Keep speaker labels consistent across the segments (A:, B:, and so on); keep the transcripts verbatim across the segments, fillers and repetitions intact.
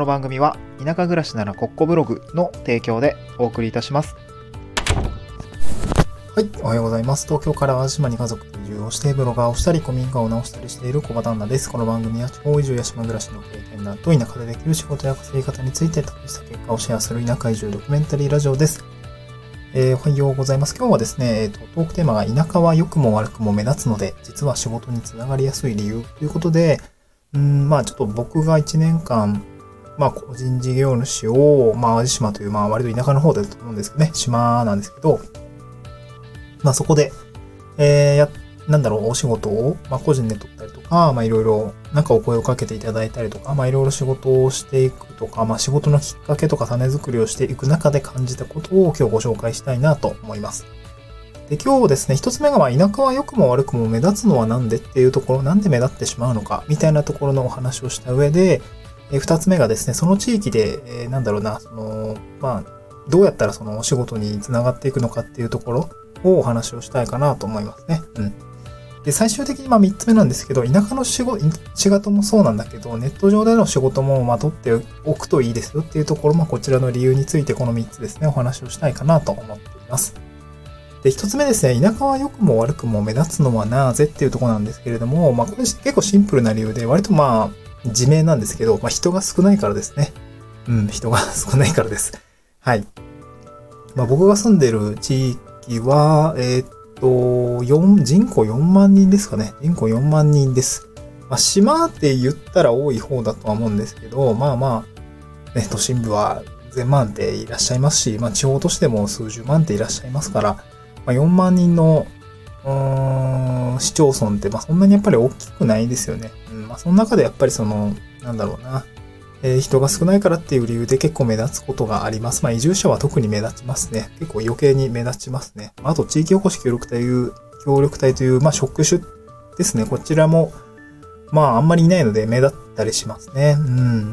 A: の番組は田舎暮らしならコッコブログの提供でお送りいたします。はい、おはようございます。東京から淡路島に家族と移住をしてブロガーをしたり古民家を直したりしている小場旦那です。この番組は地方移住や島暮らしの経験談と田舎でできる仕事や稼ぎ方について試した結果をシェアする田舎移住ドキュメンタリーラジオです。えー、おはようございます。今日はですね、えーと、トークテーマが田舎は良くも悪くも目立つので実は仕事につながりやすい理由ということで、うーんまあちょっと僕がいちねんかんまあ個人事業主をまあ淡路島というまあ割と田舎の方だと思うんですけどね、島なんですけど、まあそこで、えー、や、なんだろう、お仕事を、まあ個人で取ったりとか、まあいろいろ、なんかお声をかけていただいたりとか、まあいろいろ仕事をしていくとか、まあ仕事のきっかけとか種作りをしていく中で感じたことを今日ご紹介したいなと思います。で、今日ですね、一つ目がまあ田舎は良くも悪くも目立つのはなんでっていうところ、なんで目立ってしまうのか、みたいなところのお話をした上で、えー、二つ目がですね、その地域で、えー、なんだろうな、その、まあ、どうやったらそのお仕事につながっていくのかっていうところ、をお話をしたいかなと思いますね。うん。で、最終的にまあみっつめなんですけど、田舎の仕事、仕事もそうなんだけど、ネット上での仕事もまあ取っておくといいですよっていうところもこちらの理由についてこのみっつですね、お話をしたいかなと思っています。で、ひとつめですね、田舎は良くも悪くも目立つのはなぜっていうところなんですけれども、まあこれ結構シンプルな理由で、割とまあ自明なんですけど、まあ人が少ないからですね。うん、人が少ないからです。はい。まあ僕が住んでる地域は、えー、っと、よん、人口よんまんにんですかね。人口よんまんにんです。まあ、島って言ったら多い方だとは思うんですけど、まあまあ、ね、都心部は全万っていらっしゃいますし、まあ地方都市でも数十万っていらっしゃいますから、まあ、よんまんにんの、うーん、市町村って、まあそんなにやっぱり大きくないですよね。うん、まあその中でやっぱりその、なんだろうな。えー、人が少ないからっていう理由で結構目立つことがあります。まあ移住者は特に目立ちますね。結構余計に目立ちますね。あと地域おこし協力隊という、協力隊という、まあ職種ですね。こちらも、まああんまりいないので目立ったりしますね。うん。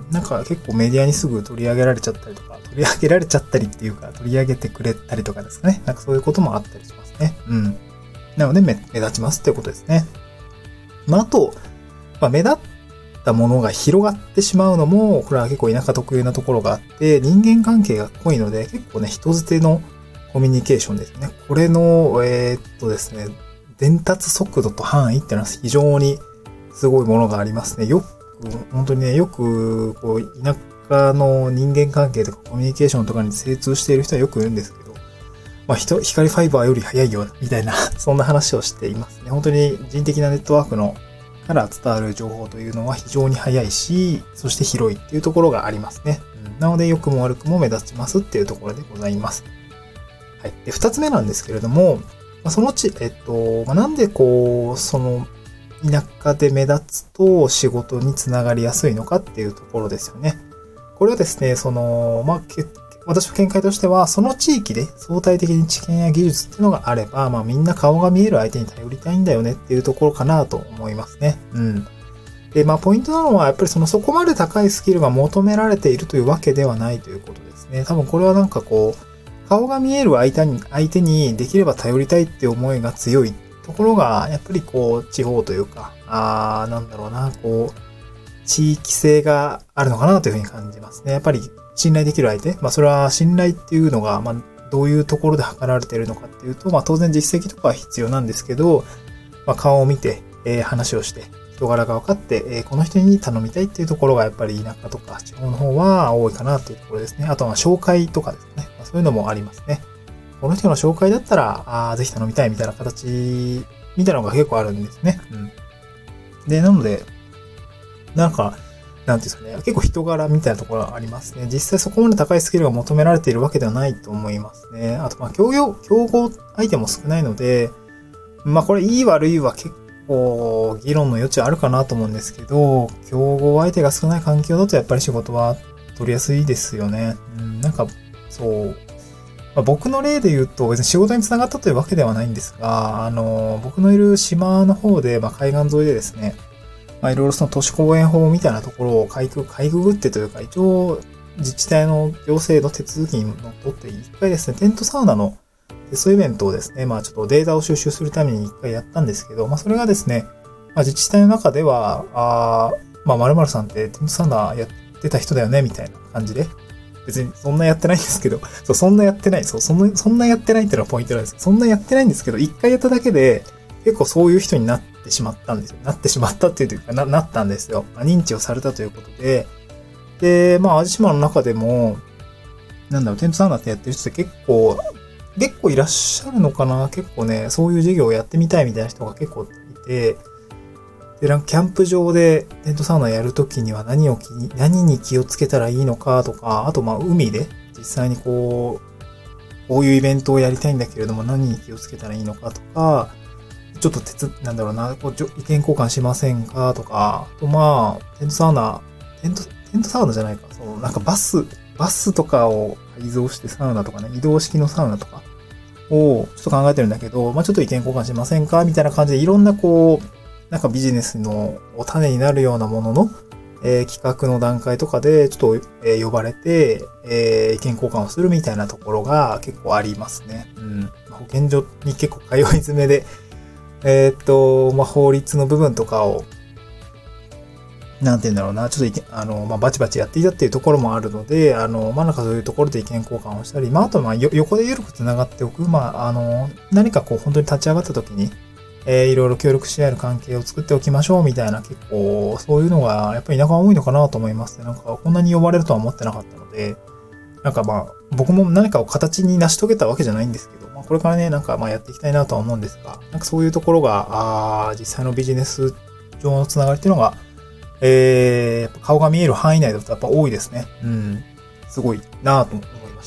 A: なんか結構メディアにすぐ取り上げられちゃったりとか、取り上げられちゃったりっていうか、取り上げてくれたりとかですかね。なんかそういうこともあったりしますね。うん。なので目、目立ちますっていうことですね。まああと、まあ目立ったものが広がってしまうのも、これは結構田舎特有なところがあって、人間関係が濃いので、結構ね、人づてのコミュニケーションですね。これの、えー、っとですね、伝達速度と範囲っていうのは非常にすごいものがありますね。よく、本当にね、よく、こう、田舎の人間関係とかコミュニケーションとかに精通している人はよく言うんですけど、まあ、人、光ファイバーより早いよ、みたいな、そんな話をしていますね。本当に人的なネットワークのから伝わる情報というのは非常に早いし、そして広いっていうところがありますね。うん、なので良くも悪くも目立ちますっていうところでございます。はい。で、二つ目なんですけれども、まあ、そのうち、えっと、まあ、なんでこう、その、田舎で目立つと仕事につながりやすいのかっていうところですよね。これはですね、その、まあ、私の見解としては、その地域で相対的に知見や技術っていうのがあれば、まあみんな顔が見える相手に頼りたいんだよねっていうところかなと思いますね。うん。で、まあポイントなのは、やっぱりそのそこまで高いスキルが求められているというわけではないということですね。多分これはなんかこう、顔が見える相手に、相手にできれば頼りたいっていう思いが強いところが、やっぱりこう、地方というか、あー、なんだろうな、こう、地域性があるのかなというふうに感じますね。やっぱり信頼できる相手。まあそれは信頼っていうのが、まあどういうところで測られているのかっていうと、まあ当然実績とかは必要なんですけど、まあ顔を見て、えー、話をして、人柄が分かって、えー、この人に頼みたいっていうところがやっぱり田舎とか地方の方は多いかなっていうところですね。あとは紹介とかですね。まあ、そういうのもありますね。この人の紹介だったら、ああ、ぜひ頼みたいみたいな形、みたいなのが結構あるんですね。うん。で、なので、なんか、なんていうんですかね、結構人柄みたいなところがありますね。実際そこまで高いスキルが求められているわけではないと思いますね。あと、まあ、競合、競合相手も少ないので、まあ、これいい悪いは結構議論の余地あるかなと思うんですけど、競合相手が少ない環境だとやっぱり仕事は取りやすいですよね。うん、なんか、そう、まあ、僕の例で言うと別に仕事につながったというわけではないんですが、あの、僕のいる島の方で、まあ、海岸沿いでですね、まあ、いろいろその都市公園法みたいなところをかいく、かいくぐってというか、一応自治体の行政の手続きにのっとって一回ですね、テントサウナのテストイベントをですね、まあちょっとデータを収集するために一回やったんですけど、まあそれがですね、まあ自治体の中では、あまあ〇〇さんってテントサウナやっってた人だよねみたいな感じで。別にそんなやってないんですけど、そう、そんなやってない。そう、そんな、そんなやってないっていうのがポイントなんです。そんなやってないんですけど、一回やっただけで、結構そういう人になってしまったんですよ。なってしまったっていうか、な、なったんですよ。まあ、認知をされたということで、で、まあ、淡路島の中でも、なんだろう、テントサウナってやってる人って結構、結構いらっしゃるのかな。結構ね、そういう事業をやってみたいみたいな人が結構いて、で、なんかキャンプ場でテントサウナやるときには何を気に、何に気をつけたらいいのかとか、あとまあ海で実際にこう、こういうイベントをやりたいんだけれども何に気をつけたらいいのかとか、ちょっと手つ、なんだろうな、こう意見交換しませんかとか、あとまあ、テントサウナ、テント、テントサウナじゃないか、そのなんかバス、バスとかを改造してサウナとかね、移動式のサウナとかをちょっと考えてるんだけど、まあちょっと意見交換しませんかみたいな感じでいろんなこう、なんかビジネスのお種になるようなものの、えー、企画の段階とかでちょっと、えー、呼ばれて、えー、意見交換をするみたいなところが結構ありますね。うん。保健所に結構通い詰めで、えー、っと、まあ、法律の部分とかを、なんて言うんだろうな、ちょっとあの、まあ、バチバチやっていたっていうところもあるので、あの、まあ、なんかそういうところで意見交換をしたり、まあ、あと、まあ、横で緩く繋がっておく、まあ、あの、何かこう、本当に立ち上がった時に、えー、いろいろ協力し合える関係を作っておきましょうみたいな結構そういうのがやっぱり田舎は多いのかなと思いますね。なんかこんなに呼ばれるとは思ってなかったので、なんかまあ僕も何かを形に成し遂げたわけじゃないんですけど、まあこれからねなんかまあやっていきたいなとは思うんですが、なんかそういうところが、あ実際のビジネス上のつながりっていうのが、えー、顔が見える範囲内だとやっぱ多いですね。うん。すごいなぁと思いました。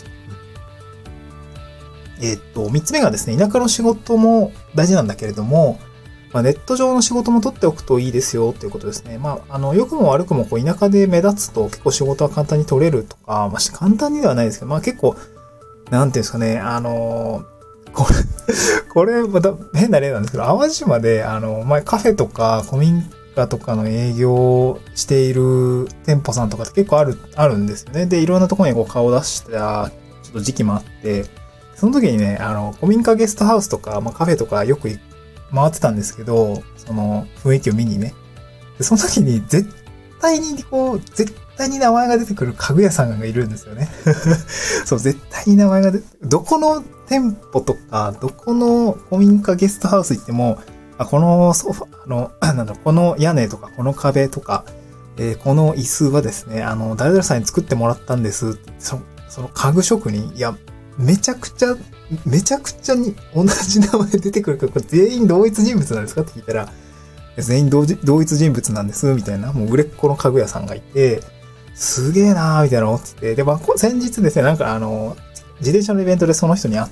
A: えっと、三つ目がですね、田舎の仕事も大事なんだけれども、まあ、ネット上の仕事も取っておくといいですよっていうことですね。まあ、あの、良くも悪くもこう田舎で目立つと結構仕事は簡単に取れるとか、まあ、簡単にではないですけど、まあ結構、なんていうんですかね、あのー、これ、これまた変な例なんですけど、淡路島で、あの、前カフェとか古民家とかの営業をしている店舗さんとかって結構ある、あるんですよね。で、いろんなところにこう顔を出したちょっと時期もあって、その時にね、あの、古民家ゲストハウスとか、まあ、カフェとかよく回ってたんですけど、その雰囲気を見にね。で、その時に絶対にこう、絶対に名前が出てくる家具屋さんがいるんですよね。そう、絶対に名前が出て、どこの店舗とか、どこの古民家ゲストハウス行っても、あこのソファ、あの、なんだろう、この屋根とか、この壁とか、えー、この椅子はですね、あの、誰々さんに作ってもらったんです。その、その家具職人、いや、めちゃくちゃ、めちゃくちゃに同じ名前出てくるから、これ全員同一人物なんですかって聞いたら、全員同一人物なんです、みたいな、もう売れっ子の家具屋さんがいて、すげえなー、みたいな思ってて、で、まあ、先日ですね、なんかあの、自転車のイベントでその人に会って、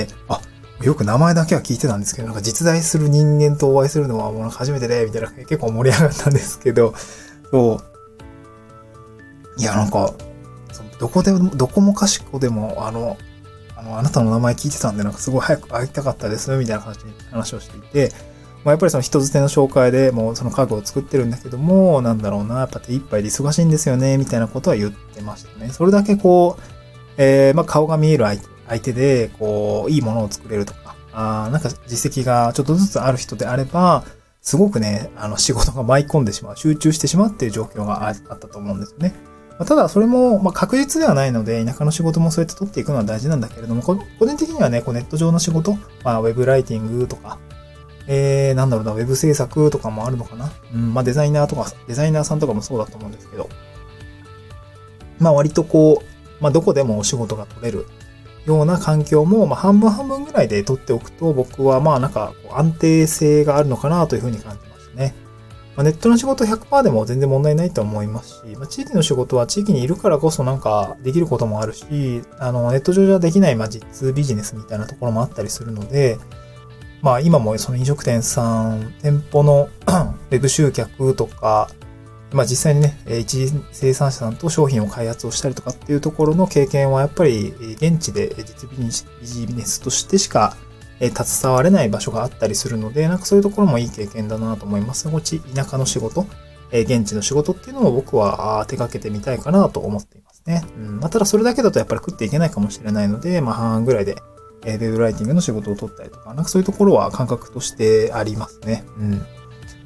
A: あ、よく名前だけは聞いてたんですけど、なんか実在する人間とお会いするのはもうなんか初めてで、みたいな、結構盛り上がったんですけど、そう。いや、なんか、どこでも、どこもかしこでも、あの、あの、あなたの名前聞いてたんで、なんかすごい早く会いたかったです、みたいな感じで話をしていて、まあ、やっぱりその人づての紹介でもうその家具を作ってるんだけども、なんだろうな、やっぱ手一杯で忙しいんですよね、みたいなことは言ってましたね。それだけこう、えー、まあ、顔が見える相手、相手で、こう、いいものを作れるとか、あなんか実績がちょっとずつある人であれば、すごくね、あの仕事が舞い込んでしまう、集中してしまうっていう状況があったと思うんですよね。ただ、それも、まあ、確実ではないので、田舎の仕事もそうやって取っていくのは大事なんだけれども、個人的にはね、こうネット上の仕事、まあ、ウェブライティングとか、えー、なんだろうな、ウェブ制作とかもあるのかな。うん、まあ、デザイナーとか、デザイナーさんとかもそうだと思うんですけど、まあ、割とこう、まあ、どこでもお仕事が取れるような環境も、まあ、半分半分ぐらいで取っておくと、僕はまあ、なんか、安定性があるのかなというふうに感じますね。まあ、ネットの仕事 ひゃくパーセント でも全然問題ないと思いますし、まあ、地域の仕事は地域にいるからこそなんかできることもあるし、あの、ネット上じゃできないまあ実ビジネスみたいなところもあったりするので、まあ今もその飲食店さん、店舗のウェブ集客とか、まあ実際にね、一生産者さんと商品を開発をしたりとかっていうところの経験はやっぱり現地で実ビジネスとしてしか携われない場所があったりするので、なんかそういうところもいい経験だなと思います。こっち田舎の仕事、現地の仕事っていうのも僕は手掛けてみたいかなと思っていますね。うん、まあ、ただそれだけだとやっぱり食っていけないかもしれないので、まあ半々ぐらいでウェブライティングの仕事を取ったりとか、なんかそういうところは感覚としてありますね。うん。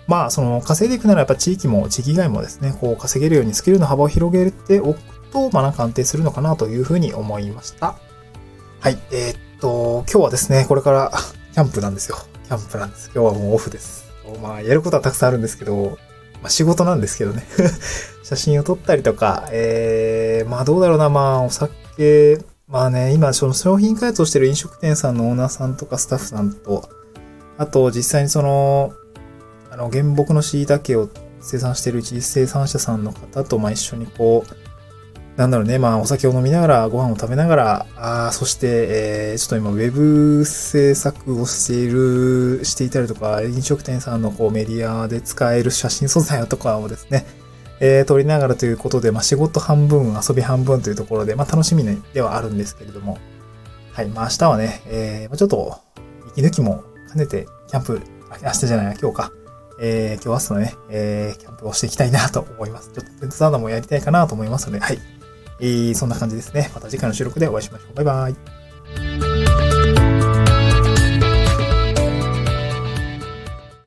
A: まあ、その、稼いでいくならやっぱ地域も、地域外もですね、こう、稼げるようにスキルの幅を広げておくと、まあ、なんか安定するのかなというふうに思いました。はい。えー、っと、今日はですね、これからキャンプなんですよ。キャンプなんです。今日はもうオフです。まあ、やることはたくさんあるんですけど、まあ、仕事なんですけどね。写真を撮ったりとか、えー、まあ、どうだろうな、まあ、お酒、まあね、今、その商品開発をしている飲食店さんのオーナーさんとかスタッフさんと、あと、実際にその、あの、原木の椎茸を生産している一生産者さんの方と、まあ、一緒にこう、なんだろうね、まあ、お酒を飲みながら、ご飯を食べながら、あそして、えー、ちょっと今、ウェブ制作をしている、していたりとか、飲食店さんのこうメディアで使える写真素材とかをですね、えー、撮りながらということで、まあ、仕事半分、遊び半分というところで、まあ、楽しみではあるんですけれども、はい、まあ、明日はね、えー、ちょっと、息抜きも兼ねて、キャンプ、明日じゃない、今日か。えー、今日明日のね、えー、キャンプをしていきたいなと思います。ちょっとテントサウナもやりたいかなと思いますので、はい。えー、そんな感じですね。また次回の収録でお会いしましょう。バイバイ。